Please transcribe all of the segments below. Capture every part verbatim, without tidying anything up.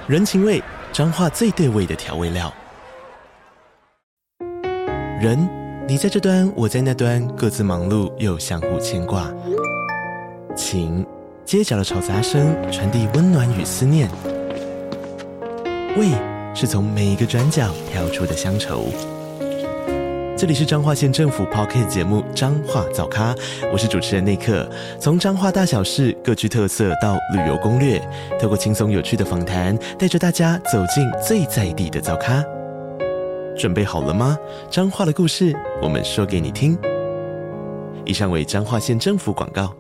人情味，彰化最对味的调味料。人，你在这端，我在那端，各自忙碌又相互牵挂。情，街角的吵杂声传递温暖与思念。味，是从每一个转角跳出的乡愁。这里是彰化县政府 Podcast 节目《彰化早咖》，我是主持人内克。从彰化大小事各具特色到旅游攻略，透过轻松有趣的访谈，带着大家走进最在地的早咖。准备好了吗？彰化的故事，我们说给你听。以上为彰化县政府广告。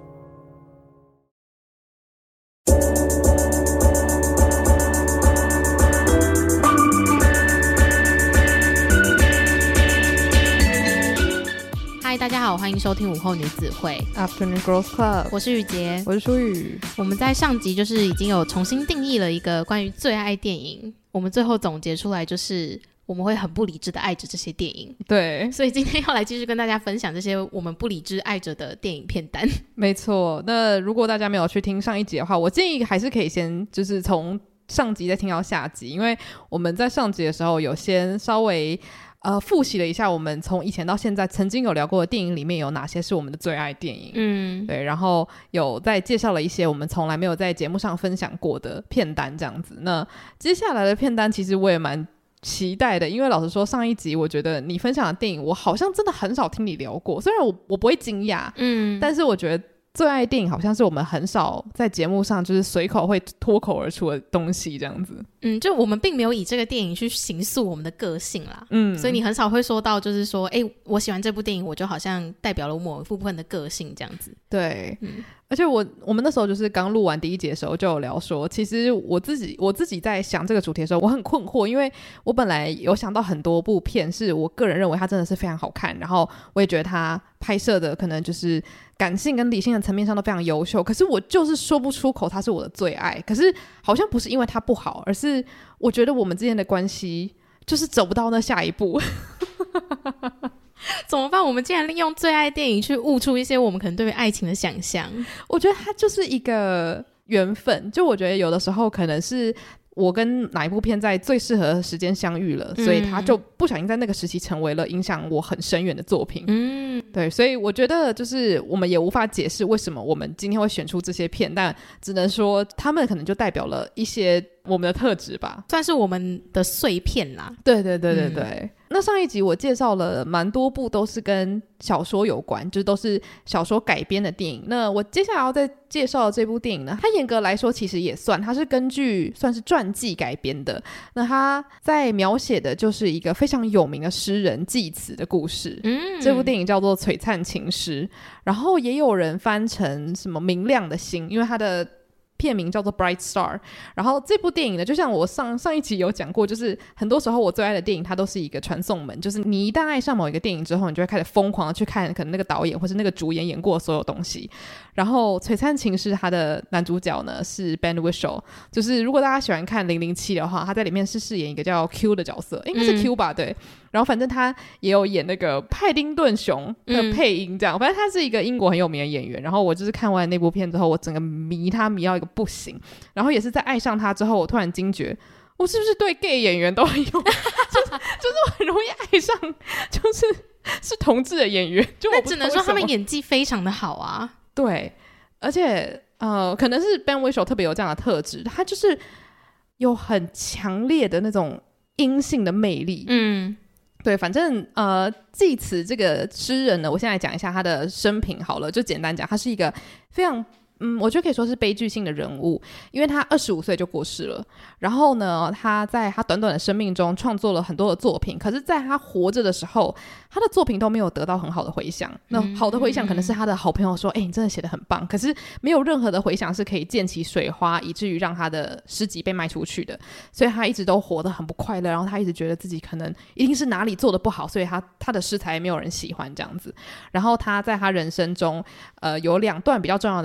嗨，大家好，欢迎收听午后女子会 Afternoon Girls Club， 我是雨洁， 我是舒雨。 我们在上集就是已经有重新定义了一个关于最爱电影，我们最后总结出来就是我们会很不理智的爱着这些电影。 对， 所以今天要来继续跟大家分享这些我们不理智爱着的电影片单。 没错，那如果大家没有去听上一集的话，我建议还是可以先就是从上集再听到下集，因为我们在上集的时候有先稍微呃，复习了一下我们从以前到现在曾经有聊过的电影里面有哪些是我们的最爱电影。嗯，对，然后有再介绍了一些我们从来没有在节目上分享过的片单这样子。那接下来的片单其实我也蛮期待的，因为老实说上一集我觉得你分享的电影我好像真的很少听你聊过，虽然我我不会惊讶，嗯，但是我觉得最爱电影好像是我们很少在节目上就是随口会脱口而出的东西这样子。 嗯，就我们并没有以这个电影去形塑我们的个性啦，嗯，所以你很少会说到就是说哎、欸，我喜欢这部电影我就好像代表了某一部分的个性这样子。 对，嗯，而且我我们那时候就是刚录完第一集的时候就有聊说，其实我自己我自己在想这个主题的时候我很困惑，因为我本来有想到很多部片是我个人认为它真的是非常好看，然后我也觉得它拍摄的可能就是感性跟理性的层面上都非常优秀，可是我就是说不出口它是我的最爱。可是好像不是因为它不好，而是我觉得我们之间的关系就是走不到那下一步。 怎么办？我们竟然利用最爱电影去悟出一些我们可能对于爱情的想象。 我觉得它就是一个缘分，就我觉得有的时候可能是我跟哪一部片在最适合的时间相遇了，嗯，所以它就不小心在那个时期成为了影响我很深远的作品。嗯，对，所以我觉得就是我们也无法解释为什么我们今天会选出这些片，但只能说他们可能就代表了一些我们的特质吧， 算是我们的碎片啦。 对对对对对，嗯，那上一集我介绍了蛮多部都是跟小说有关，就是都是小说改编的电影。那我接下来要再介绍的这部电影呢，它严格来说其实也算，它是根据算是传记改编的。那它在描写的就是一个非常有名的诗人济慈的故事。嗯，这部电影叫做《璀璨情诗》，然后也有人翻成什么明亮的星，因为它的片名叫做 Bright Star。 然后这部电影呢，就像我上上一集有讲过，就是很多时候我最爱的电影它都是一个传送门，就是你一旦爱上某一个电影之后，你就会开始疯狂的去看可能那个导演或是那个主演演过的所有东西。然后璀璨情诗它的男主角呢是 Ben Whishaw， 就是如果大家喜欢看零零七的话，他在里面是饰演一个叫 Q 的角色，应该是 Q 吧，嗯，对。然后反正他也有演那个派丁顿熊的配音这样，嗯，反正他是一个英国很有名的演员。然后我就是看完那部片之后，我整个迷他迷到一个不行，然后也是在爱上他之后，我突然惊觉我是不是对 gay 演员都很有就是就是我很容易爱上就是是同志的演员，就我不知道为什么， 那只能说他们演技非常的好啊。 对，而且呃，可能是 Ben Whishaw 特别有这样的特质，他就是有很强烈的那种阴性的魅力。嗯，对，反正呃，济慈这个诗人呢，我现在讲一下他的生平好了，就简单讲，他是一个非常嗯，我觉得可以说是悲剧性的人物，因为他二十五岁就过世了。然后呢，他在他短短的生命中创作了很多的作品，可是在他活着的时候，他的作品都没有得到很好的回响。那好的回响可能是他的好朋友说，哎、欸，你真的写得很棒，可是没有任何的回响是可以溅起水花，以至于让他的诗集被卖出去的。所以他一直都活得很不快乐，然后他一直觉得自己可能一定是哪里做得不好，所以他他的诗才没有人喜欢这样子。然后他在他人生中，呃，有两段比较重要的恋爱。那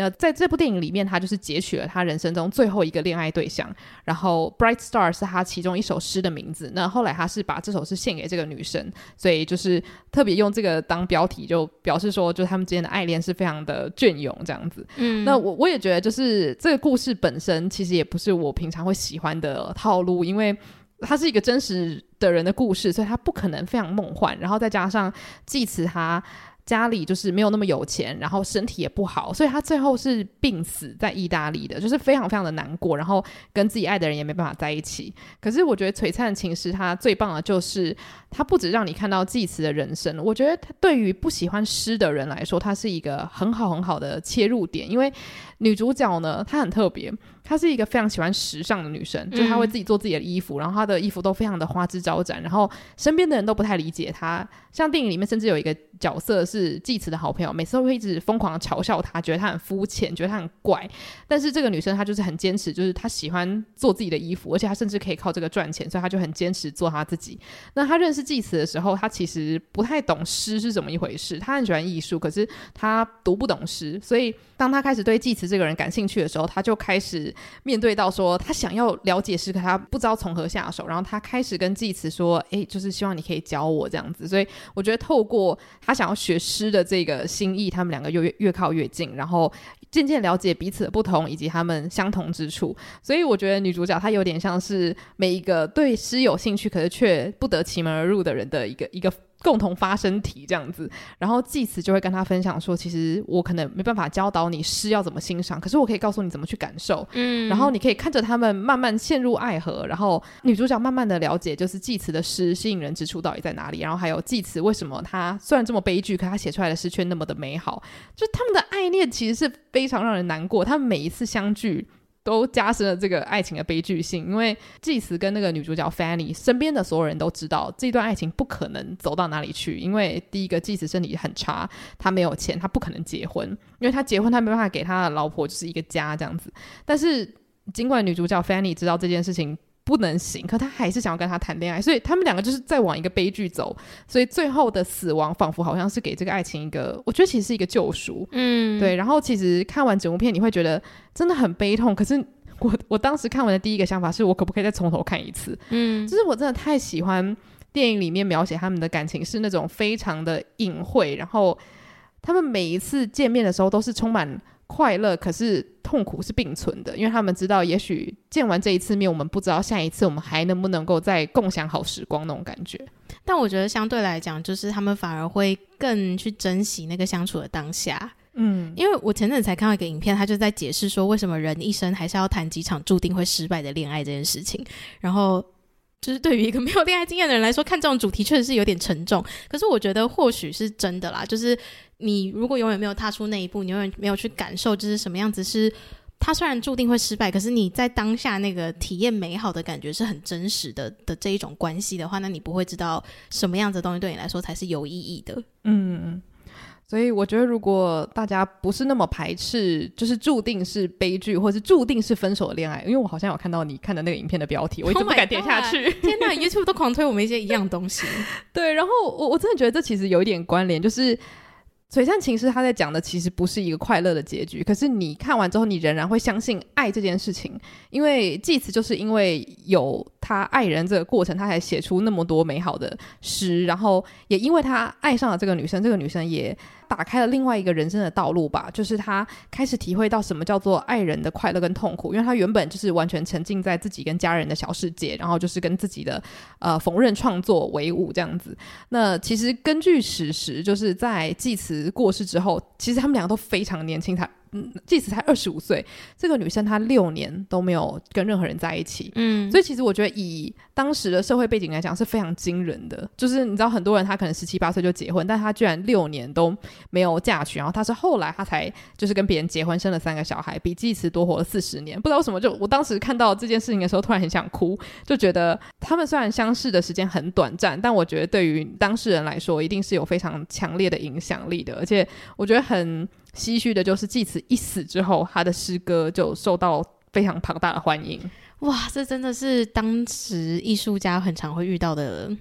呢，在这部电影里面他就是截取了他人生中最后一个恋爱对象，然后 Bright Star 是他其中一首诗的名字，那后来他是把这首诗献给这个女生，所以就是特别用这个当标题，就表示说就他们之间的爱恋是非常的隽永这样子。嗯，那我我也觉得就是这个故事本身其实也不是我平常会喜欢的套路，因为它是一个真实的人的故事，所以它不可能非常梦幻，然后再加上济慈他家里就是没有那么有钱，然后身体也不好，所以他最后是病死在意大利的，就是非常非常的难过，然后跟自己爱的人也没办法在一起。可是我觉得璀璨情诗它最棒的就是它不只让你看到济慈的人生，我觉得它对于不喜欢诗的人来说它是一个很好很好的切入点，因为女主角呢她很特别，她是一个非常喜欢时尚的女生，就是她会自己做自己的衣服、嗯、然后她的衣服都非常的花枝招展，然后身边的人都不太理解她，像电影里面甚至有一个角色是济慈的好朋友，每次都会一直疯狂的嘲笑她，觉得她很肤浅，觉得她很怪，但是这个女生她就是很坚持，就是她喜欢做自己的衣服，而且她甚至可以靠这个赚钱，所以她就很坚持做她自己。那她认识济慈的时候，她其实不太懂诗是怎么一回事，她很喜欢艺术，可是她读不懂诗，所以当她开始对济慈这个人感兴趣的时候，她就开始面对到说她想要了解诗，可她不知道从何下手，然后她开始跟济慈说哎，就是希望你可以教我这样子。所以我觉得透过她想要学诗的这个心意，他们两个越越靠越近，然后渐渐了解彼此的不同以及他们相同之处。所以我觉得女主角她有点像是每一个对诗有兴趣可是却不得其门而入的人的一个一个共同发声体这样子。然后济慈就会跟他分享说，其实我可能没办法教导你诗要怎么欣赏，可是我可以告诉你怎么去感受。嗯，然后你可以看着他们慢慢陷入爱河，然后女主角慢慢的了解就是济慈的诗吸引人之处到底在哪里，然后还有济慈为什么他虽然这么悲剧，可他写出来的诗却那么的美好，就他们的爱恋其实是非常让人难过，他们每一次相聚都加深了这个爱情的悲剧性。因为济慈跟那个女主角 Fanny 身边的所有人都知道这段爱情不可能走到哪里去，因为第一个济慈身体很差，他没有钱，他不可能结婚，因为他结婚他没办法给他的老婆就是一个家这样子。但是尽管女主角 Fanny 知道这件事情不能行，可他还是想要跟他谈恋爱，所以他们两个就是在往一个悲剧走，所以最后的死亡仿佛好像是给这个爱情一个，我觉得其实是一个救赎。嗯，对。然后其实看完整部片你会觉得真的很悲痛，可是我我当时看完的第一个想法是我可不可以再从头看一次。嗯，就是我真的太喜欢电影里面描写他们的感情是那种非常的隐晦，然后他们每一次见面的时候都是充满快乐，可是痛苦是并存的，因为他们知道也许见完这一次面，我们不知道下一次我们还能不能够再共享好时光那种感觉。 但我觉得相对来讲就是他们反而会更去珍惜那个相处的当下。嗯，因为我前阵子才看到一个影片，他就在解释说为什么人一生还是要谈几场注定会失败的恋爱这件事情，然后就是对于一个没有恋爱经验的人来说，看这种主题确实是有点沉重，可是我觉得或许是真的啦，就是你如果永远没有踏出那一步，你永远没有去感受就是什么样子是他虽然注定会失败，可是你在当下那个体验美好的感觉是很真实的的这一种关系的话，那你不会知道什么样子的东西对你来说才是有意义的。嗯， 所以我觉得如果大家不是那么排斥就是注定是悲剧或是注定是分手的恋爱，因为我好像有看到你看的那个影片的标题，我一直不敢点下去。 Oh、天哪YouTube 都狂推我们一些一样东西。 对，然后我我真的觉得这其实有一点关联，就是璀璨情诗他在讲的其实不是一个快乐的结局，可是你看完之后你仍然会相信爱这件事情，因为济慈就是因为有他爱人这个过程他才写出那么多美好的诗，然后也因为他爱上了这个女生，这个女生也打开了另外一个人生的道路吧，就是他开始体会到什么叫做爱人的快乐跟痛苦，因为他原本就是完全沉浸在自己跟家人的小世界，然后就是跟自己的呃缝纫创作为伍这样子。那其实根据史实，就是在济慈过世之后，其实他们两个都非常年轻，他嗯，济慈才二十五岁，这个女生她六年都没有跟任何人在一起。嗯，所以其实我觉得以当时的社会背景来讲是非常惊人的，就是你知道很多人他可能十七八岁就结婚，但他居然六年都没有嫁娶，然后他是后来他才就是跟别人结婚生了三个小孩，比济慈多活了四十年。不知道为什么，就我当时看到这件事情的时候突然很想哭，就觉得他们虽然相识的时间很短暂，但我觉得对于当事人来说一定是有非常强烈的影响力的。而且我觉得很唏嘘的就是济慈一死之后，他的诗歌就受到非常庞大的欢迎。 哇，这真的是当时艺术家很常会遇到的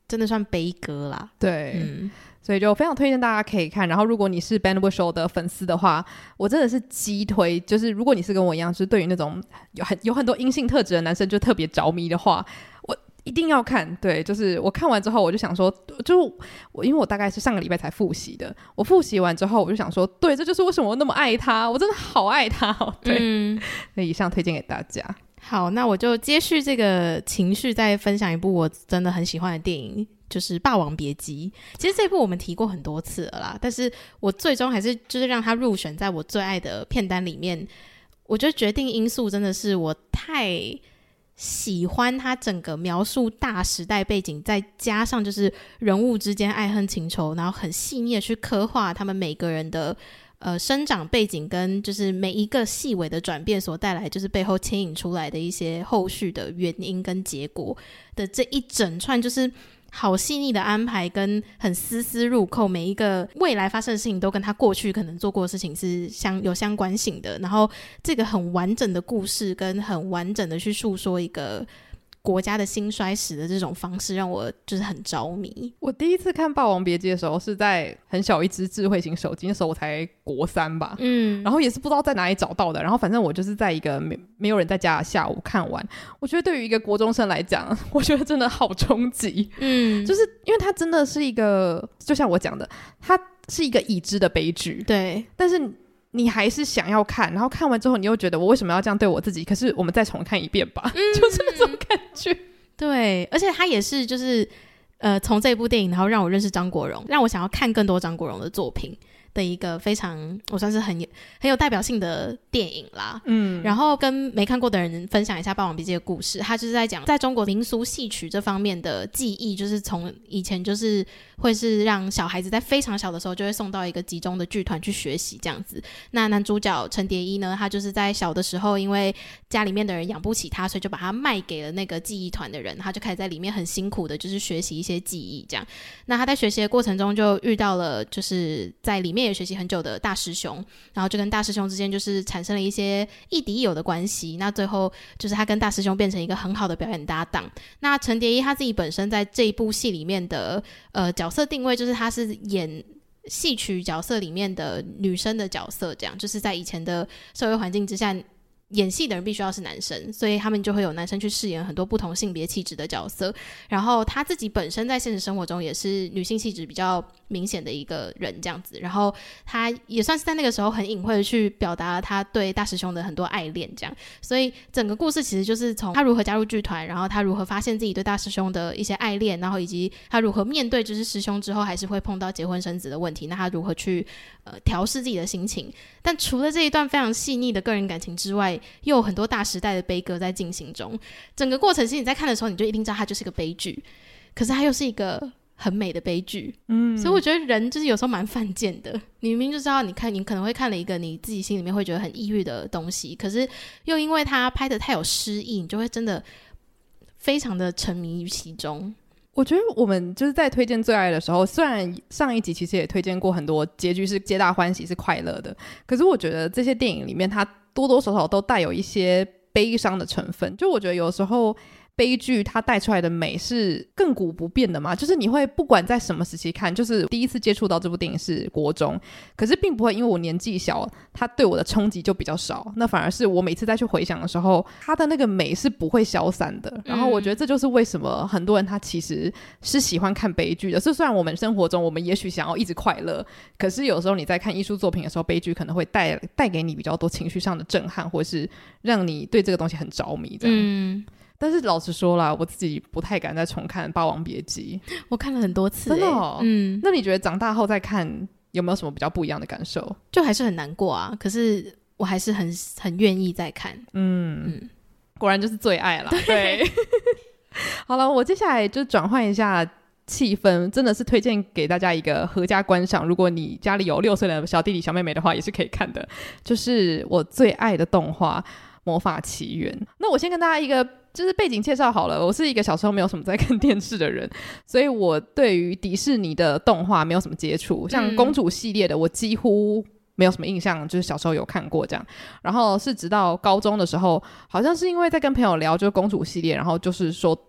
真的算悲歌啦。 对，嗯，所以就非常推荐大家可以看。然后如果你是 Ben Whishaw 的粉丝的话，我真的是激推，就是如果你是跟我一样就是对于那种有很有很多阴性特质的男生就特别着迷的话，我一定要看。对，就是我看完之后我就想说，就我因为我大概是上个礼拜才复习的，我复习完之后我就想说，对，这就是为什么我那么爱他，我真的好爱他哦。对，嗯，那以上推荐给大家。 好，那我就接续这个情绪再分享一部我真的很喜欢的电影，就是《霸王别姬》。其实这部我们提过很多次了啦，但是我最终还是就是让它入选在我最爱的片单里面。我觉得决定因素真的是我太喜欢它整个描述大时代背景，再加上就是人物之间爱恨情仇，然后很细腻的去刻画他们每个人的呃生长背景，跟就是每一个细微的转变所带来就是背后牵引出来的一些后续的原因跟结果的这一整串，就是好细腻的安排跟很丝丝入扣，每一个未来发生的事情都跟他过去可能做过的事情是相有相关性的，然后这个很完整的故事跟很完整的去述说一个国家的兴衰史的这种方式让我就是很着迷。 我第一次看《霸王别姬》的时候是在很小一只智慧型手机，那时候我才国三吧，嗯，然后也是不知道在哪里找到的，然后反正我就是在一个 没, 没有人在家的下午看完。我觉得对于一个国中生来讲，我觉得真的好冲击，嗯，就是因为它真的是一个，就像我讲的，它是一个已知的悲剧， 对， 但是你还是想要看，然后看完之后你又觉得我为什么要这样对我自己，可是我们再重看一遍吧，嗯，就是那种感觉。 对，而且他也是就是呃，从这部电影然后让我认识张国荣，让我想要看更多张国荣的作品的一个非常我算是很很有代表性的电影啦。嗯，然后跟没看过的人分享一下《霸王别姬》的故事，他就是在讲在中国民俗戏曲这方面的技艺，就是从以前就是会是让小孩子在非常小的时候就会送到一个集中的剧团去学习这样子。那男主角陈蝶衣呢，他就是在小的时候因为家里面的人养不起他，所以就把他卖给了那个技艺团的人，他就开始在里面很辛苦的就是学习一些技艺这样。那他在学习的过程中就遇到了就是在里面也学习很久的大师兄，然后就跟大师兄之间就是产生了一些亦敌亦友的关系。那最后就是他跟大师兄变成一个很好的表演搭档。那陈蝶衣他自己本身在这一部戏里面的呃角色定位就是他是演戏曲角色里面的女生的角色，这样就是在以前的社会环境之下演戏的人必须要是男生，所以他们就会有男生去饰演很多不同性别气质的角色。然后他自己本身在现实生活中也是女性气质比较明显的一个人这样子，然后他也算是在那个时候很隐晦的去表达了他对大师兄的很多爱恋这样。所以整个故事其实就是从他如何加入剧团，然后他如何发现自己对大师兄的一些爱恋，然后以及他如何面对就是师兄之后还是会碰到结婚生子的问题，那他如何去呃调适自己的心情。但除了这一段非常细腻的个人感情之外，又有很多大时代的悲歌在进行中。整个过程其实你在看的时候你就一定知道它就是个悲剧，可是它又是一个很美的悲剧。嗯，所以我觉得人就是有时候蛮犯贱的，你明明就知道你看你可能会看了一个你自己心里面会觉得很抑郁的东西，可是又因为它拍得太有诗意，你就会真的非常的沉迷于其中。 我觉得我们就是在推荐最爱的时候，虽然上一集其实也推荐过很多结局是皆大欢喜是快乐的，可是我觉得这些电影里面它多多少少都带有一些悲伤的成分。就我觉得有时候悲剧它带出来的美是亘古不变的嘛，就是你会不管在什么时期看，就是第一次接触到这部电影是国中，可是并不会因为我年纪小它对我的冲击就比较少，那反而是我每次再去回想的时候，它的那个美是不会消散的。然后我觉得这就是为什么很多人他其实是喜欢看悲剧的，是虽然我们生活中我们也许想要一直快乐，可是有时候你在看艺术作品的时候，悲剧可能会带带给你比较多情绪上的震撼，或是让你对这个东西很着迷这样。嗯，但是老实说啦，我自己不太敢再重看《霸王别姬》， 我看了很多次、欸、 真的哦。嗯，那你觉得长大后再看有没有什么比较不一样的感受？ 就还是很难过啊，可是我还是很很愿意再看。 嗯嗯，果然就是最爱啦。对，好了，我接下来就转换一下气氛，真的是推荐给大家一个合家观赏，如果你家里有六岁的小弟弟小妹妹的话也是可以看的，就是我最爱的动画魔法奇缘。那我先跟大家一个就是背景介绍好了，我是一个小时候没有什么在看电视的人，所以我对于迪士尼的动画没有什么接触，像公主系列的我几乎没有什么印象，就是小时候有看过这样。然后是直到高中的时候，好像是因为在跟朋友聊就是公主系列，然后就是说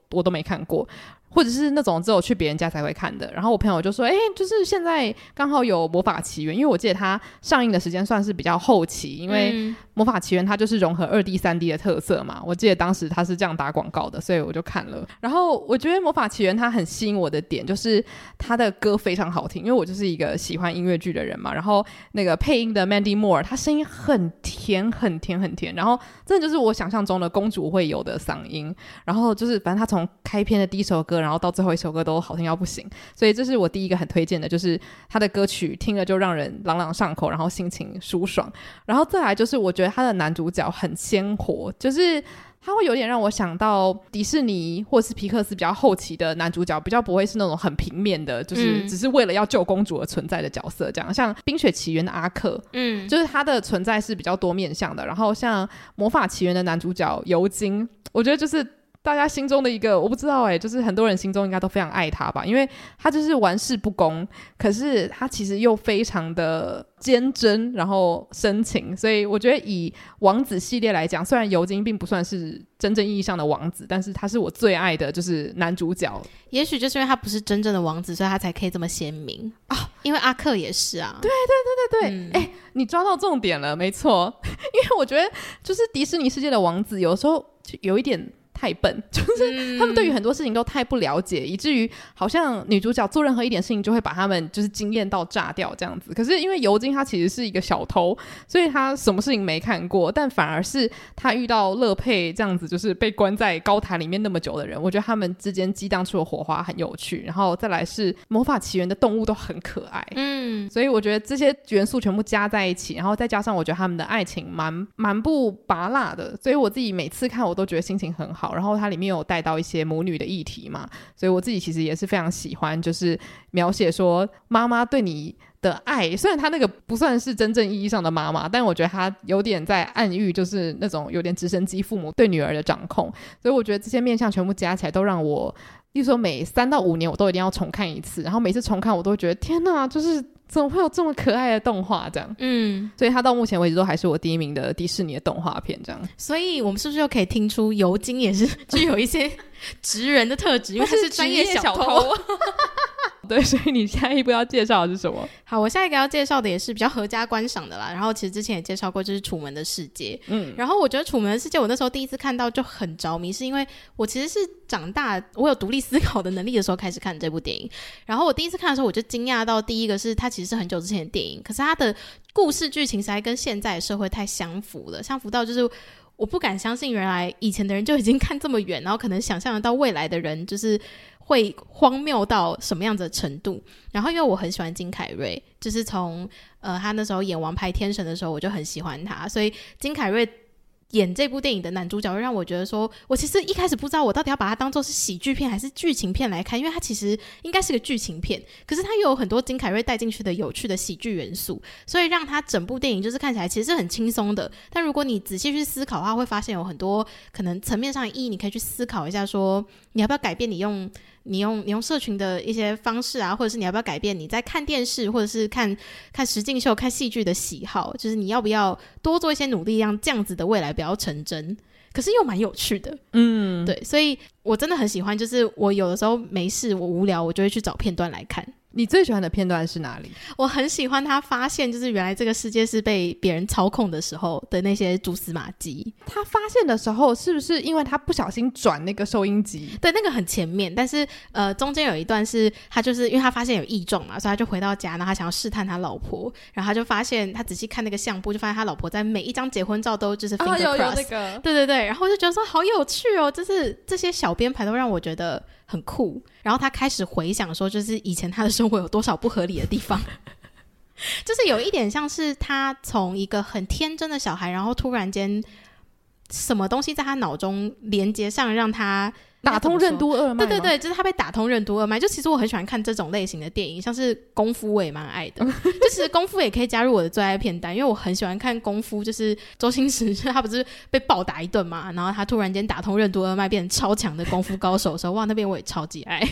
我都没看过，或者是那种只有去别人家才会看的。然后我朋友就说哎、欸，就是现在刚好有魔法奇缘，因为我记得它上映的时间算是比较后期，因为魔法奇缘它就是融合 二 D 三 D 的特色嘛，我记得当时它是这样打广告的，所以我就看了。然后我觉得魔法奇缘它很吸引我的点就是它的歌非常好听，因为我就是一个喜欢音乐剧的人嘛，然后那个配音的 Mandy Moore 她声音很甜很甜很甜，然后真的就是我想象中的公主会有的嗓音，然后就是反正她从开篇的第一首歌然后到最后一首歌都好听到不行，所以这是我第一个很推荐的，就是她的歌曲听了就让人朗朗上口，然后心情舒爽。然后再来就是我觉得他的男主角很鲜活，就是他会有点让我想到迪士尼或是皮克斯比较后期的男主角，比较不会是那种很平面的，就是只是为了要救公主而存在的角色，这样、嗯、像冰雪奇缘的阿克，嗯，就是他的存在是比较多面向的。然后像魔法奇缘的男主角尤金，我觉得就是大家心中的一个，我不知道哎，就是很多人心中应该都非常爱他吧，因为他就是玩世不恭，可是他其实又非常的坚贞，然后深情，所以我觉得以王子系列来讲，虽然尤金并不算是真正意义上的王子，但是他是我最爱的就是男主角。 也许就是因为他不是真正的王子，所以他才可以这么鲜明啊、哦。因为阿克也是啊。对对对对对，哎、嗯欸，你抓到重点了，没错。因为我觉得就是迪士尼世界的王子有时候就有一点太笨，就是他们对于很多事情都太不了解、嗯、以至于好像女主角做任何一点事情就会把他们就是惊艳到炸掉这样子。可是因为尤金他其实是一个小偷，所以他什么事情没看过，但反而是他遇到乐佩这样子就是被关在高塔里面那么久的人，我觉得他们之间激荡出的火花很有趣。然后再来是魔法奇缘的动物都很可爱，嗯，所以我觉得这些元素全部加在一起，然后再加上我觉得他们的爱情蛮蛮不拔辣的，所以我自己每次看我都觉得心情很好。然后它里面有带到一些母女的议题嘛，所以我自己其实也是非常喜欢，就是描写说妈妈对你的爱，虽然她那个不算是真正意义上的妈妈，但我觉得她有点在暗喻就是那种有点直升机父母对女儿的掌控，所以我觉得这些面向全部加起来都让我，例如说每三到五年我都一定要重看一次，然后每次重看我都会觉得天哪，就是怎么会有这么可爱的动画这样，嗯，所以它到目前为止都还是我第一名的迪士尼的动画片这样。 所以我们是不是就可以听出尤金也是具有一些职人的特质，因为他是专业小偷对，所以你下一步要介绍的是什么？ 好，我下一个要介绍的也是比较合家观赏的啦，然后其实之前也介绍过，就是楚门的世界。嗯，然后我觉得楚门的世界我那时候第一次看到就很着迷，是因为我其实是长大我有独立思考的能力的时候开始看这部电影，然后我第一次看的时候我就惊讶到，第一个是它其实是很久之前的电影，可是它的故事剧情实在跟现在的社会太相符了，相符到就是我不敢相信原来以前的人就已经看这么远，然后可能想象得到未来的人就是会荒谬到什么样子的程度。然后因为我很喜欢金凯瑞，就是从呃他那时候演王牌天神的时候我就很喜欢他，所以金凯瑞演这部电影的男主角会让我觉得说，我其实一开始不知道我到底要把它当作是喜剧片还是剧情片来看，因为它其实应该是个剧情片，可是它又有很多金凯瑞带进去的有趣的喜剧元素，所以让它整部电影就是看起来其实是很轻松的，但如果你仔细去思考的话，会发现有很多可能层面上的意义，你可以去思考一下说你要不要改变你用你用你用社群的一些方式啊，或者是你要不要改变你在看电视或者是看看实境秀看戏剧的喜好，就是你要不要多做一些努力让这样子的未来不要成真，可是又蛮有趣的。嗯，对，所以我真的很喜欢，就是我有的时候没事我无聊我就会去找片段来看。 你最喜欢的片段是哪里？ 我很喜欢他发现就是原来这个世界是被别人操控的时候的那些蛛丝马迹。 他发现的时候是不是因为他不小心转那个收音机？ 对，那个很前面，但是呃中间有一段是他就是因为他发现有异状嘛，所以他就回到家，然后他想要试探他老婆，然后他就发现他仔细看那个相簿，就发现他老婆在每一张结婚照都就是 finger cross、哦、有有那个对对对，然后我就觉得说好有趣哦，就是这些小编排都让我觉得很酷。然后他开始回想说就是以前他的生活有多少不合理的地方就是有一点像是他从一个很天真的小孩，然后突然间什么东西在他脑中连接上让他打通任督二脉。 对对对，就是他被打通任督二脉。就其实我很喜欢看这种类型的电影，像是功夫我也蛮爱的就其实功夫也可以加入我的最爱片单，因为我很喜欢看功夫，就是周星驰他不是被暴打一顿嘛，然后他突然间打通任督二脉变成超强的功夫高手的时候，哇，那边我也超级爱。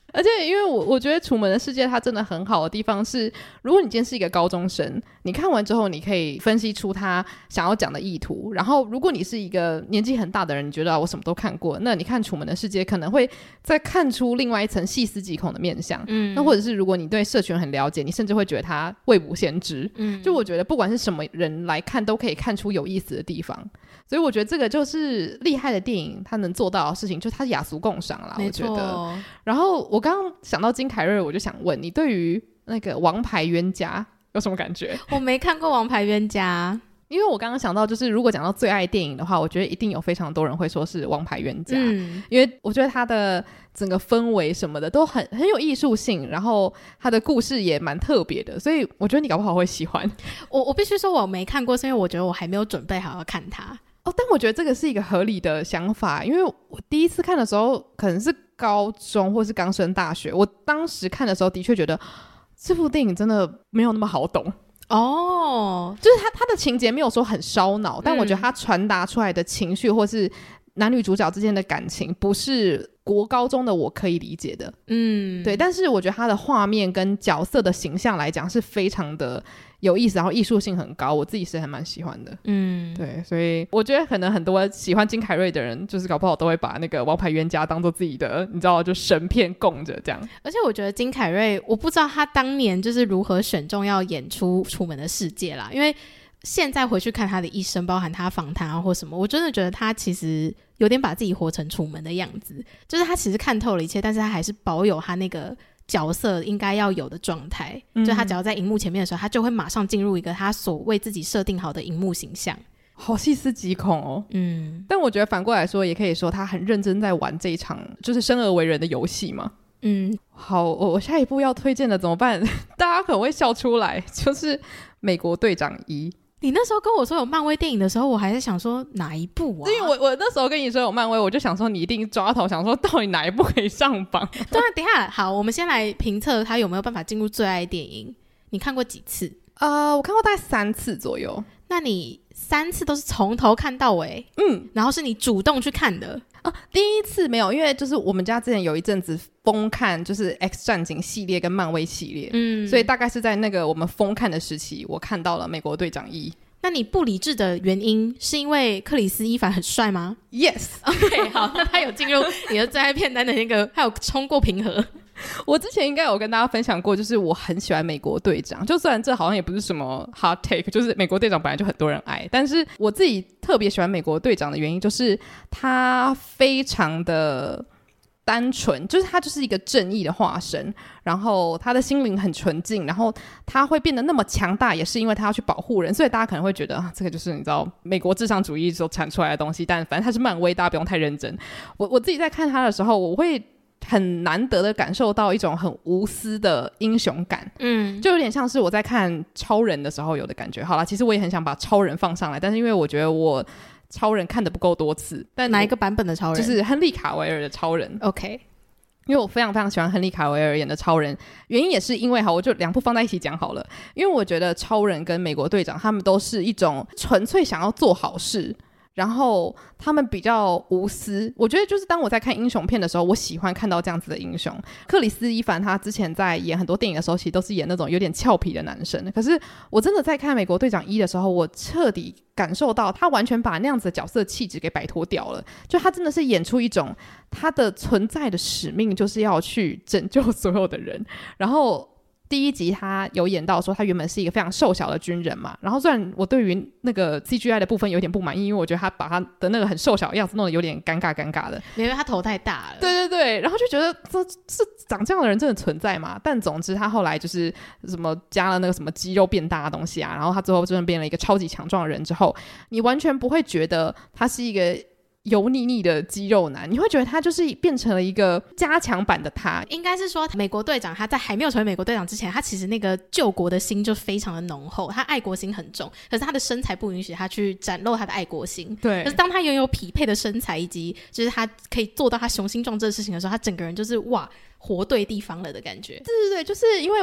而且因为我我觉得楚门的世界它真的很好的地方是，如果你今天是一个高中生，你看完之后你可以分析出他想要讲的意图，然后如果你是一个年纪很大的人，你觉得、啊、我什么都看过，那你看楚门的世界可能会再看出另外一层细思极恐的面向。嗯，那或者是如果你对社群很了解，你甚至会觉得他未卜先知。嗯，就我觉得不管是什么人来看都可以看出有意思的地方，所以我觉得这个就是厉害的电影他能做到的事情，就是他雅俗共赏啦，我觉得。然后我刚刚想到金凯瑞，我就想问你对于那个王牌冤家有什么感觉？ 我没看过王牌冤家， 因为我刚刚想到就是如果讲到最爱电影的话，我觉得一定有非常多人会说是王牌冤家。嗯，因为我觉得他的整个氛围什么的都很很有艺术性，然后他的故事也蛮特别的，所以我觉得你搞不好会喜欢。 我我必须说我没看过，是因为我觉得我还没有准备好要看它。 哦，但我觉得这个是一个合理的想法，因为我第一次看的时候可能是高中或是刚升大学，我当时看的时候的确觉得这部电影真的没有那么好懂哦，就是他他的情节没有说很烧脑，但我觉得他传达出来的情绪或是男女主角之间的感情不是国高中的我可以理解的。嗯，对，但是我觉得他的画面跟角色的形象来讲是非常的有意思，然后艺术性很高，我自己是还蛮喜欢的。嗯，对，所以我觉得可能很多喜欢金凯瑞的人就是搞不好都会把那个王牌冤家当做自己的你知道就神片供着这样。 而且我觉得金凯瑞我不知道他当年就是如何选中要演出楚门的世界啦，因为现在回去看他的一生，包含他访谈啊或什么，我真的觉得他其实有点把自己活成楚门的样子，就是他其实看透了一切，但是他还是保有他那个角色应该要有的状态、嗯、就他只要在荧幕前面的时候，他就会马上进入一个他所为自己设定好的荧幕形象。 好细思极恐哦。嗯，但我觉得反过来说也可以说他很认真在玩这一场就是生而为人的游戏嘛。嗯，好，我我下一步要推荐的怎么办？大家可能会笑出来，就是美国队长一。 你那时候跟我说有漫威电影的时候，我还在想说哪一部啊？ 因为我我那时候跟你说有漫威，我就想说你一定抓头，想说到底哪一部可以上榜？ 对啊，等一下，好，我们先来评测他有没有办法进入最爱电影。你看过几次？ 呃，我看过大概三次左右。 那你三次都是从头看到尾？嗯，然后是你主动去看的？ 啊，第一次没有，因为就是我们家之前有一阵子疯看就是 X 战警系列跟漫威系列，嗯，所以大概是在那个我们疯看的时期，我看到了美国队长一。 那你不理智的原因是因为克里斯伊凡很帅吗？ Yes OK 好，那他有进入你的最爱片单的那个，他有冲过平和。 我之前应该有跟大家分享过，就是我很喜欢美国队长，就虽然这好像也不是什么 hot take， 就是美国队长本来就很多人爱，但是我自己特别喜欢美国队长的原因就是他非常的单纯，就是他就是一个正义的化身，然后他的心灵很纯净，然后他会变得那么强大也是因为他要去保护人，所以大家可能会觉得、啊、这个就是你知道美国至上主义所产出来的东西，但反正他是漫威，大家不用太认真。我我自己在看他的时候，我会很难得的感受到一种很无私的英雄感，嗯，就有点像是我在看超人的时候有的感觉。好啦，其实我也很想把超人放上来，但是因为我觉得我超人看得不够多次。但哪一个版本的超人？ 就是亨利卡维尔的超人。 OK， 因为我非常非常喜欢亨利卡维尔演的超人，原因也是因为好，我就两部放在一起讲好了。因为我觉得超人跟美国队长他们都是一种纯粹想要做好事，然后他们比较无私。我觉得就是当我在看英雄片的时候，我喜欢看到这样子的英雄。克里斯伊凡他之前在演很多电影的时候，其实都是演那种有点俏皮的男生，可是我真的在看美国队长一的时候，我彻底感受到他完全把那样子的角色气质给摆脱掉了。就他真的是演出一种他的存在的使命就是要去拯救所有的人。然后第一集他有演到说他原本是一个非常瘦小的军人嘛，然后虽然我对于那个 C G I 的部分有点不满意，因为我觉得他把他的那个很瘦小的样子弄得有点尴尬尴尬的， 因为他头太大了。 对对对，然后就觉得这是长这样的人真的存在吗？但总之他后来就是什么加了那个什么肌肉变大的东西啊，然后他最后真的变了一个超级强壮的人之后，你完全不会觉得他是一个油腻腻的肌肉男，你会觉得他就是变成了一个加强版的他。 应该是说美国队长他在还没有成为美国队长之前，他其实那个救国的心就非常的浓厚，他爱国心很重，可是他的身材不允许他去展露他的爱国心。 对， 可是当他拥有匹配的身材以及就是他可以做到他雄心壮志的事情的时候，他整个人就是哇活对地方了的感觉。 对对对，就是因为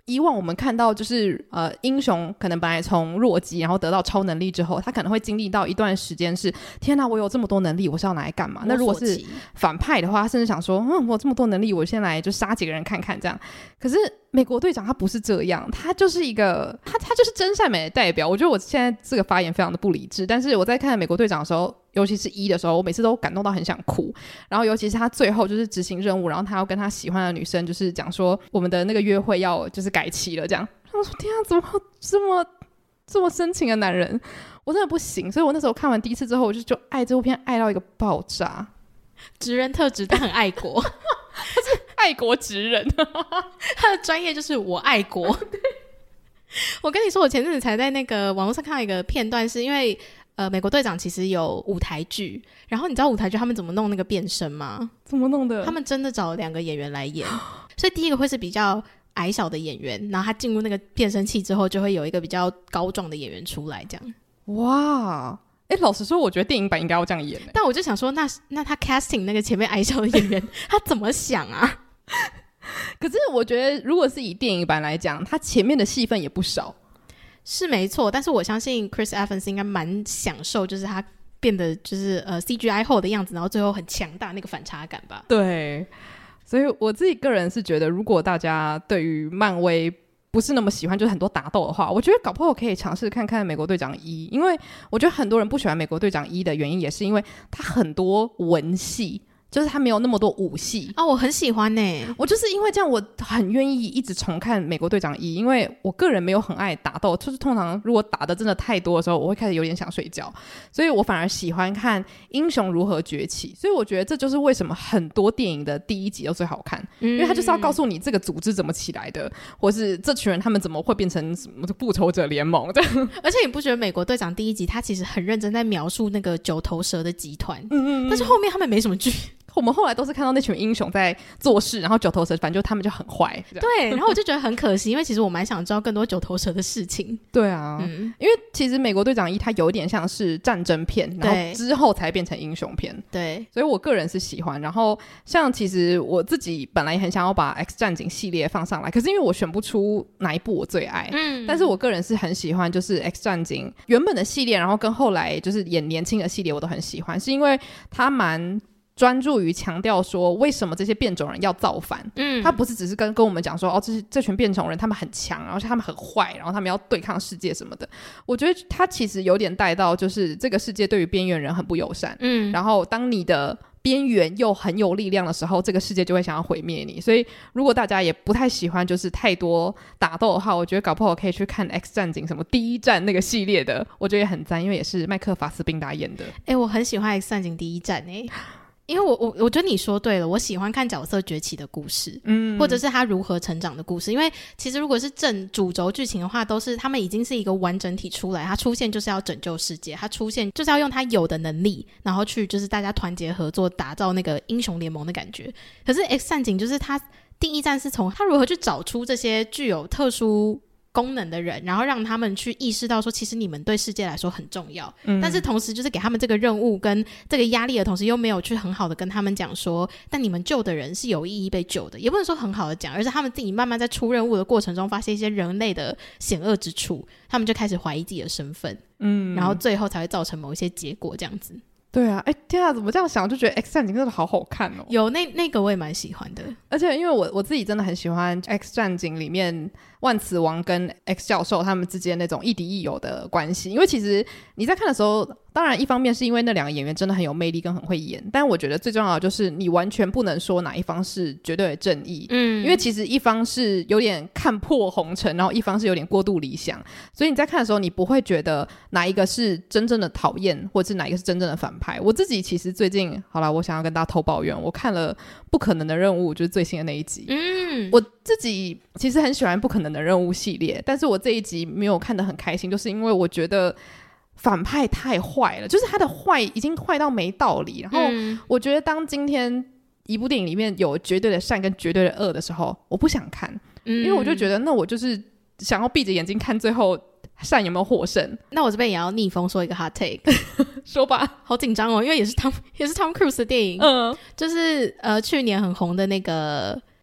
以往我们看到就是呃英雄可能本来从弱鸡然后得到超能力之后，他可能会经历到一段时间是天哪我有这么多能力我是要拿来干嘛，那如果是反派的话他甚至想说嗯我有这么多能力我先来就杀几个人看看这样。可是美国队长他不是这样，他就是一个他他就是真善美的代表。我觉得我现在这个发言非常的不理智，但是我在看美国队长的时候，尤其是一的时候，我每次都感动到很想哭。然后尤其是他最后就是执行任务，然后他要跟他喜欢的女生就是讲说我们的那个约会要就是改期了这样。我说天啊，怎么这么这么深情的男人，我真的不行。所以我那时候看完第一次之后，我就就爱这部片爱到一个爆炸。 职人特质，但很爱国。 他是爱国职人。 他的专业就是我爱国。我跟你说，我前阵子才在那个网络上看到一个片段，是因为呃，美国队长其实有舞台剧，然后你知道舞台剧他们怎么弄那个变身吗？ 怎么弄的？ 他们真的找了两个演员来演，所以第一个会是比较矮小的演员，然后他进入那个变声器之后，就会有一个比较高壮的演员出来，这样。 哇！哎，老实说，我觉得电影版应该要这样演。 但我就想说，那那他 casting 那个前面矮小的演员，他怎么想啊？ 可是我觉得，如果是以电影版来讲，他前面的戏份也不少， 是没错。但是我相信 Chris Evans 应该蛮享受，就是他变得就是呃 C G I 后的样子，然后最后很强大那个反差感吧。 对，所以我自己个人是觉得，如果大家对于漫威不是那么喜欢就是很多打斗的话，我觉得搞不好可以尝试看看美国队长一，因为我觉得很多人不喜欢美国队长一的原因也是因为他很多文戏，就是他没有那么多武戏啊、哦，我很喜欢呢、欸。 我就是因为这样，我很愿意一直重看美国队长一，因为我个人没有很爱打斗，就是通常如果打的真的太多的时候，我会开始有点想睡觉，所以我反而喜欢看英雄如何崛起。所以我觉得这就是为什么很多电影的第一集都最好看，嗯、因为他就是要告诉你这个组织怎么起来的，或是这群人他们怎么会变成什么复仇者联盟的。 而且你不觉得美国队长第一集他其实很认真在描述那个九头蛇的集团，嗯嗯嗯，但是后面他们没什么剧。 我们后来都是看到那群英雄在做事，然后九头蛇反正就他们就很坏。 对，然后我就觉得很可惜，因为其实我蛮想知道更多九头蛇的事情。 对啊、嗯、因为其实美国队长一它有一点像是战争片，然后之后才变成英雄片。 对， 所以我个人是喜欢。然后像其实我自己本来也很想要把 X 战警系列放上来，可是因为我选不出哪一部我最爱，嗯，但是我个人是很喜欢就是 X 战警原本的系列，然后跟后来就是演年轻的系列我都很喜欢，是因为它蛮专注于强调说为什么这些变种人要造反。嗯，他不是只是跟跟我们讲说哦，这这群变种人他们很强，然后他们很坏，然后他们要对抗世界什么的。我觉得他其实有点带到就是这个世界对于边缘人很不友善。嗯，然后当你的边缘又很有力量的时候，这个世界就会想要毁灭你。所以如果大家也不太喜欢就是太多打斗的话，我觉得搞不好可以去看 X 战警什么第一站那个系列的，我觉得也很赞，因为也是麦克法斯宾达演的。 哎、欸，我很喜欢 X 战警第一站哎、欸。因为我我我觉得你说对了，我喜欢看角色崛起的故事，嗯，或者是他如何成长的故事。因为其实如果是正主轴剧情的话，都是他们已经是一个完整体出来，他出现就是要拯救世界，他出现就是要用他有的能力，然后去就是大家团结合作，打造那个英雄联盟的感觉。可是 X 战警就是他第一站是从他如何去找出这些具有特殊功能的人，然后让他们去意识到说其实你们对世界来说很重要、嗯、但是同时就是给他们这个任务跟这个压力的同时，又没有去很好的跟他们讲说但你们救的人是有意义被救的，也不能说很好的讲，而是他们自己慢慢在出任务的过程中发现一些人类的险恶之处，他们就开始怀疑自己的身份，嗯，然后最后才会造成某一些结果这样子。 对啊，哎天啊，怎么这样想就觉得 X 战警真的好好看哦。 有那那个我也蛮喜欢的， 而且因为我我自己真的很喜欢 X 战警里面万磁王跟 X 教授他们之间那种亦敌亦友的关系。因为其实你在看的时候，当然一方面是因为那两个演员真的很有魅力跟很会演，但我觉得最重要的就是你完全不能说哪一方是绝对的正义，嗯，因为其实一方是有点看破红尘，然后一方是有点过度理想，所以你在看的时候你不会觉得哪一个是真正的讨厌，或者是哪一个是真正的反派。我自己其实最近好啦，我想要跟大家偷抱怨，我看了不可能的任务，就是最新的那一集，嗯，我自己其实很喜欢不可能的任务系列，但是我这一集没有看得很开心，就是因为我觉得反派太坏了，就是他的坏已经坏到没道理。然后我觉得当今天一部电影里面有绝对的善跟绝对的恶的时候，我不想看，因为我就觉得那我就是想要闭着眼睛看最后善有没有获胜。 那我这边也要逆风说一个 hot take 说吧。 好紧张哦，因为也是 Tom 也是 Tom Cruise 的电影，嗯，就是呃去年很红的那个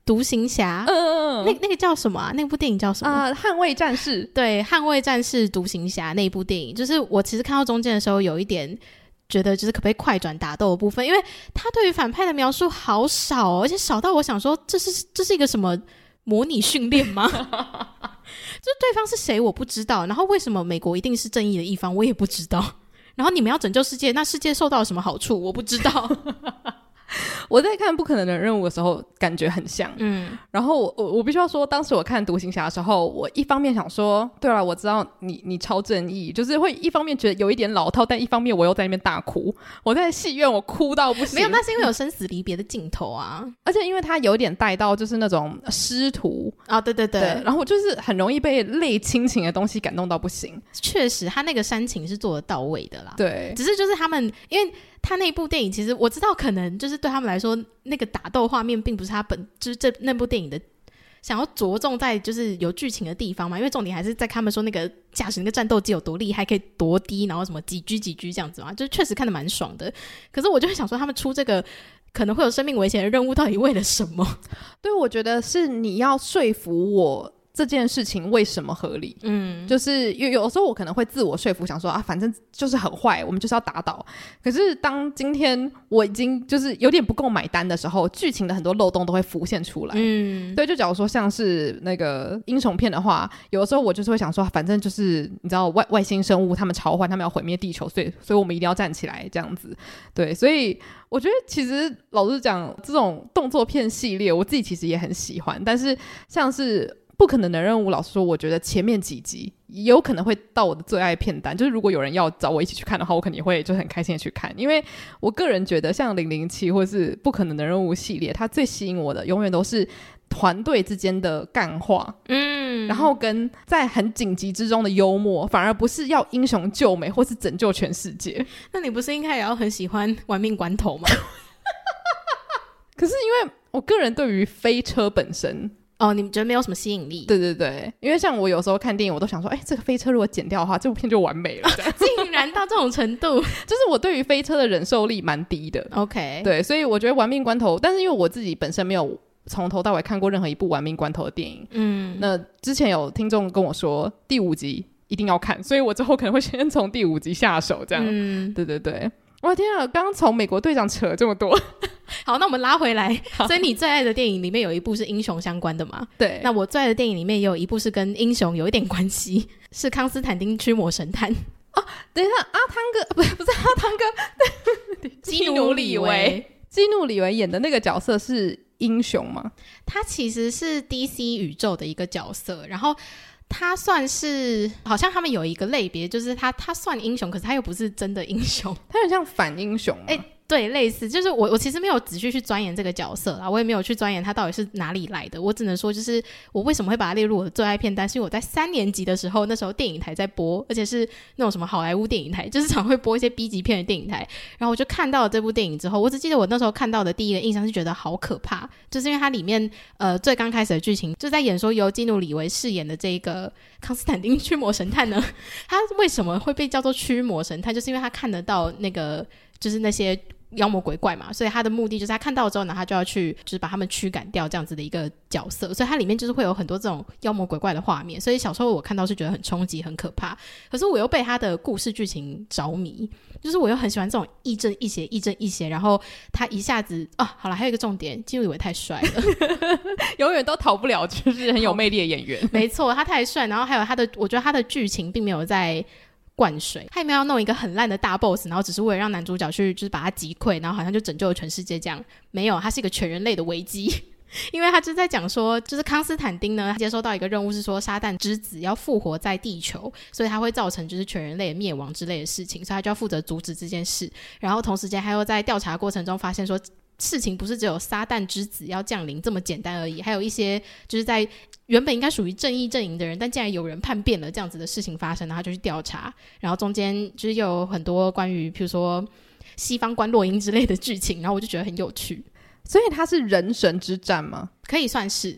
独行侠， 嗯嗯嗯， 那那个叫什么啊？那部电影叫什么？ 啊、呃，捍卫战士。 对，捍卫战士独行侠那一部电影，就是我其实看到中间的时候有一点觉得就是可不可以快转打斗的部分，因为他对于反派的描述好少、哦、而且少到我想说这是这是一个什么模拟训练吗？就对方是谁我不知道，然后为什么美国一定是正义的一方我也不知道，然后你们要拯救世界，那世界受到了什么好处我不知道。 我在看不可能的任务的时候感觉很像，嗯，然后我我我必须要说，当时我看独行侠的时候，我一方面想说对了，我知道你你超正义，就是会一方面觉得有一点老套，但一方面我又在那边大哭，我在戏院我哭到不行。 没有，那是因为有生死离别的镜头啊， 而且因为他有点带到就是那种师徒啊、哦，对对 对, 对， 然后就是很容易被类亲情的东西感动到不行。 确实他那个煽情是做得到位的啦， 对， 只是就是他们因为他那部电影其实我知道可能就是对他们来说那个打斗画面并不是他本就是这那部电影的想要着重在就是有剧情的地方嘛，因为重点还是在他们说那个驾驶那个战斗机有多厉害，可以多低，然后什么几 G 几 G 这样子嘛，就确实看得蛮爽的。可是我就会想说他们出这个可能会有生命危险的任务到底为了什么？对， 我觉得是你要说服我这件事情为什么合理，嗯，就是有有时候我可能会自我说服，想说啊，反正就是很坏，我们就是要打倒。可是当今天我已经就是有点不够买单的时候，剧情的很多漏洞都会浮现出来，嗯，对，就假如说像是那个英雄片的话，有的时候我就是会想说，反正就是你知道外外星生物他们召唤，他们要毁灭地球，所以所以我们一定要站起来这样子，对，所以我觉得其实老实讲，这种动作片系列我自己其实也很喜欢，但是像是不可能的任务，老实说我觉得前面几集也有可能会到我的最爱片单，就是如果有人要找我一起去看的话，我肯定会就很开心的去看，因为我个人觉得像零零七或是不可能的任务系列，它最吸引我的永远都是团队之间的干话，嗯，然后跟在很紧急之中的幽默，反而不是要英雄救美或是拯救全世界。 那你不是应该也要很喜欢玩命关头吗？ 可是因为我个人对于飞车本身哦，你觉得没有什么吸引力？ 对对对，因为像我有时候看电影我都想说，哎，这个飞车如果剪掉的话这部片就完美了。 竟然到这种程度。 就是我对于飞车的忍受力蛮低的。 OK， 对，所以我觉得玩命关头，但是因为我自己本身没有从头到尾看过任何一部玩命关头的电影，嗯，那之前有听众跟我说第五集一定要看，所以我之后可能会先从第五集下手这样，嗯，对对对。哇天啊，刚刚从美国队长扯这么多。 好，那我们拉回来。所以你最爱的电影里面有一部是英雄相关的嘛？ 对。 那我最爱的电影里面也有一部是跟英雄有一点关系，是康斯坦丁驱魔神探。 哦，等一下，阿汤哥不是不是阿汤哥， 基努里维， 基努里维演的那个角色是英雄吗？ 他其实是 D C 宇宙的一个角色，然后他算是好像他们有一个类别，就是他他算英雄，可是他又不是真的英雄， 他很像反英雄嘛。 哎、欸，对，类似，就是我我其实没有仔细去钻研这个角色啦，我也没有去钻研他到底是哪里来的，我只能说就是我为什么会把它列入我的最爱片单，是因为我在三年级的时候，那时候电影台在播，而且是那种什么好莱坞电影台，就是常会播一些 B 级片的电影台，然后我就看到了这部电影之后，我只记得我那时候看到的第一个印象是觉得好可怕，就是因为它里面呃最刚开始的剧情就在演说由基努里维饰演的这个康斯坦丁驱魔神探呢，他为什么会被叫做驱魔神探，就是因为他看得到那个就是那些妖魔鬼怪嘛，所以他的目的就是他看到之后呢，他就要去就是把他们驱赶掉这样子的一个角色，所以它里面就是会有很多这种妖魔鬼怪的画面，所以小时候我看到是觉得很冲击很可怕，可是我又被他的故事剧情着迷，就是我又很喜欢这种亦正亦邪亦正亦邪，然后他一下子啊，好了，还有一个重点，基努里维太帅了永远都逃不了就是很有魅力的演员没错，他太帅，然后还有他的我觉得他的剧情并没有在灌水，他也没有要弄一个很烂的大 boss， 然后只是为了让男主角去就是把他击溃，然后好像就拯救了全世界这样，没有，他是一个全人类的危机因为他就在讲说就是康斯坦丁呢，他接收到一个任务是说撒旦之子要复活在地球，所以他会造成就是全人类的灭亡之类的事情，所以他就要负责阻止这件事，然后同时间还有在调查过程中发现说事情不是只有撒旦之子要降临这么简单而已，还有一些就是在原本应该属于正义阵营的人，但竟然有人叛变了这样子的事情发生，然后他就去调查，然后中间就是又有很多关于譬如说西方观落阴之类的剧情，然后我就觉得很有趣。 所以它是人神之战吗？ 可以算是。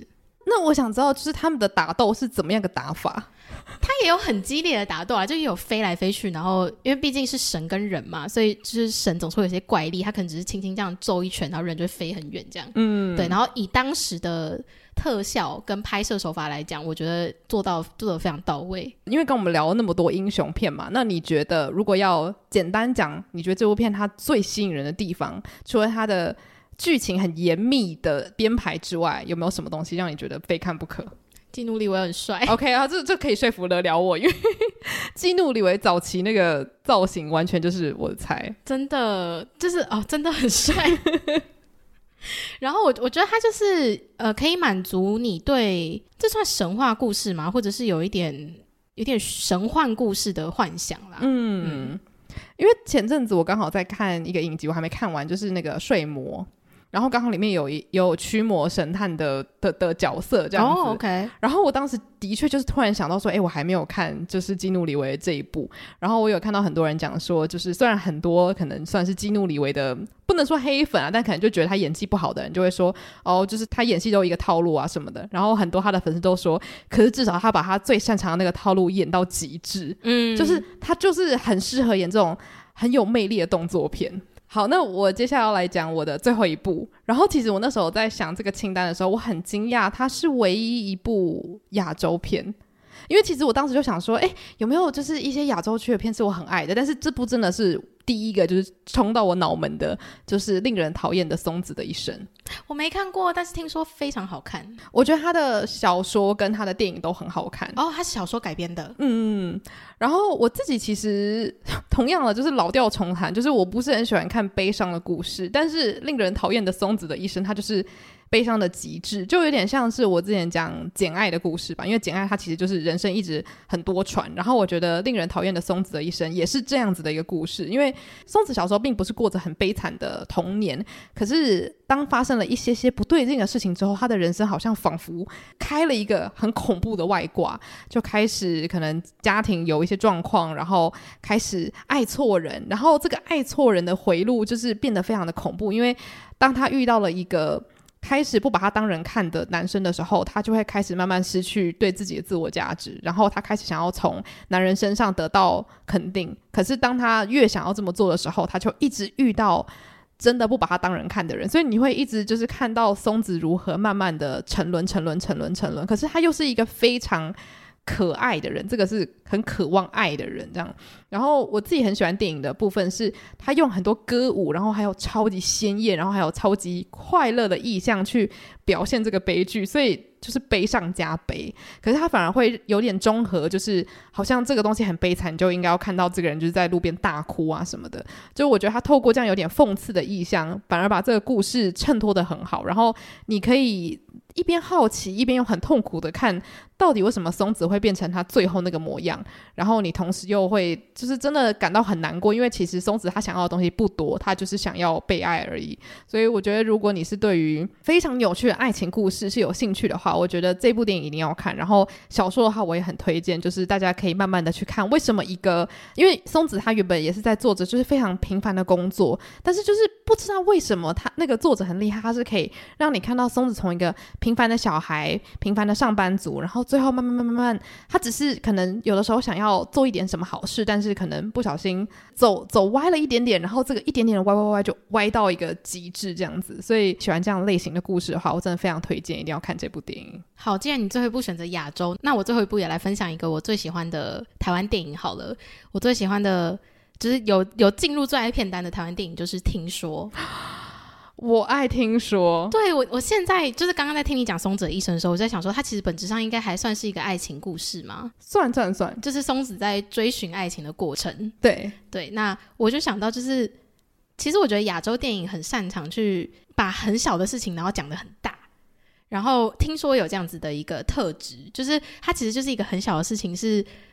那我想知道就是他们的打斗是怎么样个打法？ 他也有很激烈的打斗啊，就也有飞来飞去，然后因为毕竟是神跟人嘛，所以就是神总是会有些怪力，他可能只是轻轻这样揍一拳，然后人就会飞很远这样。嗯，对。然后以当时的特效跟拍摄手法来讲，我觉得做到做得非常到位。 因为跟我们聊了那么多英雄片嘛，那你觉得如果要简单讲，你觉得这部片它最吸引人的地方，除了它的剧情很严密的编排之外，有没有什么东西让你觉得非看不可？ 基努里维很帅。 OK 啊，这这可以说服得了我，因为基努里维早期那个造型完全就是我的菜， 真的就是哦，真的很帅然后我我觉得他就是呃，可以满足你对这算神话故事吗？或者是有一点有点神幻故事的幻想啦。 嗯, 嗯因为前阵子我刚好在看一个影集，我还没看完，就是那个睡魔，然后刚好里面有有驱魔神探的的的角色这样子。 哦、OK。 然后我当时的确就是突然想到说，哎，我还没有看就是基努里维的这一部。然后我有看到很多人讲说，就是虽然很多可能算是基努里维的不能说黑粉啊，但可能就觉得他演技不好的人就会说，哦，就是他演戏都有一个套路啊什么的。然后很多他的粉丝都说，可是至少他把他最擅长的那个套路演到极致。嗯，就是他就是很适合演这种很有魅力的动作片。好，那我接下来要来讲我的最后一部。然后其实我那时候在想这个清单的时候，我很惊讶它是唯一一部亚洲片，因为其实我当时就想说，哎，有没有就是一些亚洲区的片是我很爱的，但是这部真的是第一个就是冲到我脑门的，就是令人讨厌的松子的一生。 我没看过，但是听说非常好看。 我觉得他的小说跟他的电影都很好看。 哦，他是小说改编的。 嗯，然后我自己其实同样的就是老调重弹，就是我不是很喜欢看悲伤的故事，但是令人讨厌的松子的一生，他就是悲伤的极致，就有点像是我之前讲简爱的故事吧，因为简爱它其实就是人生一直很多舛，然后我觉得令人讨厌的松子的一生也是这样子的一个故事。因为松子小时候并不是过着很悲惨的童年，可是当发生了一些些不对劲的事情之后，他的人生好像仿佛开了一个很恐怖的外挂，就开始可能家庭有一些状况，然后开始爱错人，然后这个爱错人的回路就是变得非常的恐怖。因为当他遇到了一个开始不把他当人看的男生的时候，他就会开始慢慢失去对自己的自我价值，然后他开始想要从男人身上得到肯定。可是当他越想要这么做的时候，他就一直遇到真的不把他当人看的人，所以你会一直就是看到松子如何慢慢的沉沦沉沦沉沦沉沦，可是他又是一个非常可爱的人，这个是很渴望爱的人这样。然后我自己很喜欢电影的部分是他用很多歌舞，然后还有超级鲜艳，然后还有超级快乐的意象去表现这个悲剧，所以就是悲上加悲。可是他反而会有点中和，就是好像这个东西很悲惨，就应该要看到这个人就是在路边大哭啊什么的。就我觉得他透过这样有点讽刺的意象，反而把这个故事衬托得很好，然后你可以一边好奇一边又很痛苦的看到底为什么松子会变成他最后那个模样，然后你同时又会就是真的感到很难过，因为其实松子他想要的东西不多，他就是想要被爱而已。所以我觉得如果你是对于非常有趣的爱情故事是有兴趣的话，我觉得这部电影一定要看。然后小说的话我也很推荐，就是大家可以慢慢的去看为什么一个，因为松子他原本也是在做着就是非常平凡的工作，但是就是不知道为什么他那个作者很厉害，他是可以让你看到松子从一个平凡的小孩，平凡的上班族，然后最后慢慢慢慢慢他只是可能有的时候想要做一点什么好事，但是可能不小心走走歪了一点点，然后这个一点点的歪歪歪就歪到一个极致这样子。所以喜欢这样类型的故事的话，我真的非常推荐一定要看这部电影。 好，既然你最后一部选择亚洲，那我最后一部也来分享一个我最喜欢的台湾电影好了。我最喜欢的就是有有进入最爱片单的台湾电影就是听说。 我爱听说。 对，我我现在就是刚刚在听你讲松子的一生的时候，我在想说它其实本质上应该还算是一个爱情故事嘛。 算算算， 就是松子在追寻爱情的过程。 对对，那我就想到就是其实我觉得亚洲电影很擅长去把很小的事情然后讲得很大，然后听说有这样子的一个特质，就是它其实就是一个很小的事情是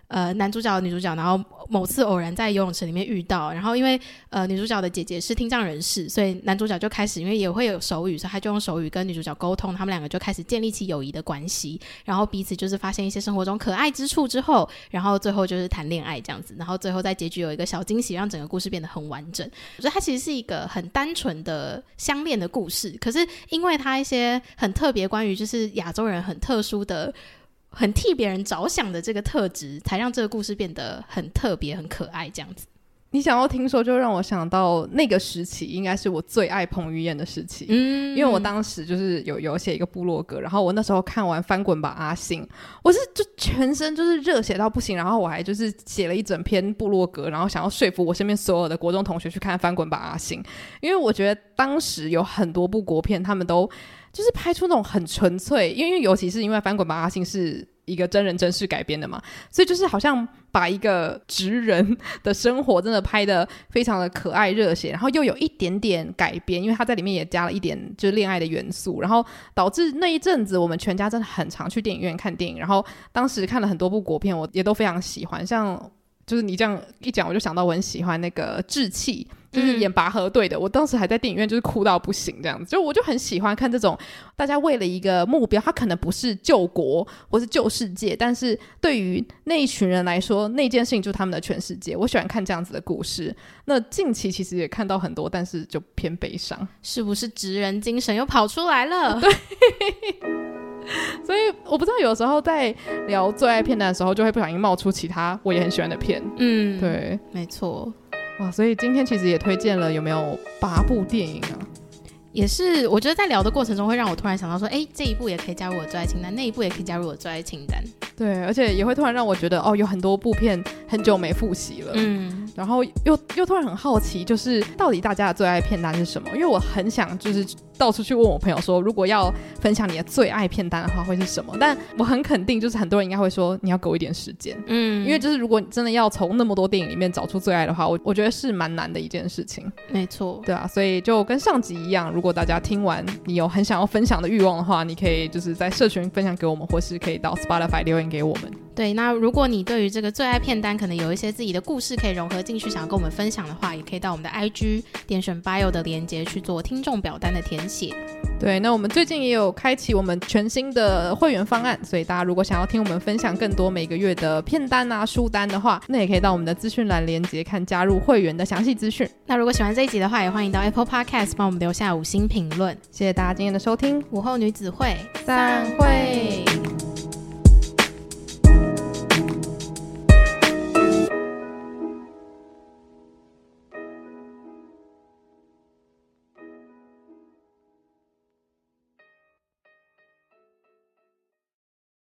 呃男主角女主角然后某次偶然在游泳池里面遇到，然后因为呃女主角的姐姐是听障人士，所以男主角就开始因为也会有手语，所以他就用手语跟女主角沟通，他们两个就开始建立起友谊的关系，然后彼此就是发现一些生活中可爱之处之后，然后最后就是谈恋爱这样子，然后最后在结局有一个小惊喜让整个故事变得很完整。我觉得它其实是一个很单纯的相恋的故事，可是因为它一些很特别关于就是亚洲人很特殊的很替别人着想的这个特质，才让这个故事变得很特别很可爱这样子。 你想要听说就让我想到那个时期应该是我最爱彭于晏的时期，嗯，因为我当时就是有有写一个部落格，然后我那时候看完翻滚吧阿信，我是就全身就是热血到不行，然后我还就是写了一整篇部落格，然后想要说服我身边所有的国中同学去看翻滚吧阿信，因为我觉得当时有很多部国片他们都就是拍出那种很纯粹，因为尤其是因为翻滚吧阿信是一个真人真事改编的嘛，所以就是好像把一个职人的生活真的拍得非常的可爱热血，然后又有一点点改编，因为他在里面也加了一点就是恋爱的元素，然后导致那一阵子我们全家真的很常去电影院看电影，然后当时看了很多部国片我也都非常喜欢，像就是你这样一讲我就想到我很喜欢那个志气，就是演拔河队的、嗯、我当时还在电影院就是哭到不行这样子，就我就很喜欢看这种大家为了一个目标，他可能不是救国或是救世界，但是对于那一群人来说那件事情就是他们的全世界，我喜欢看这样子的故事。那近期其实也看到很多，但是就偏悲伤， 是不是职人精神又跑出来了？ 对所以我不知道有时候在聊最爱片单的时候就会不小心冒出其他我也很喜欢的片。 嗯， 对， 没错。 哇，所以今天其实也推荐了有没有八部电影啊， 也是我觉得在聊的过程中会让我突然想到说，哎，这一部也可以加入我最爱清单，那一部也可以加入我最爱清单。 对，而且也会突然让我觉得哦，有很多部片很久没复习了，嗯，然后又又突然很好奇，就是到底大家的最爱片单是什么？因为我很想就是到处去问我朋友说，如果要分享你的最爱片单的话会是什么？但我很肯定就是很多人应该会说你要给我一点时间，嗯，因为就是如果你真的要从那么多电影里面找出最爱的话，我我觉得是蛮难的一件事情。 没错， 对啊，所以就跟上集一样，如果大家听完你有很想要分享的欲望的话，你可以就是在社群分享给我们，或是可以到 Spotify 留言给我们。 对，那如果你对于这个最爱片单可能有一些自己的故事可以融合进去，想要跟我们分享的话，也可以到我们的 I G 点选 bio 的连结去做听众表单的填写。 对，那我们最近也有开启我们全新的会员方案，所以大家如果想要听我们分享更多每个月的片单啊书单的话，那也可以到我们的资讯栏连结看加入会员的详细资讯。 那如果喜欢这一集的话，也欢迎到 Apple Podcast 帮我们留下五星评论。 谢谢大家今天的收听， 午后女子会散会。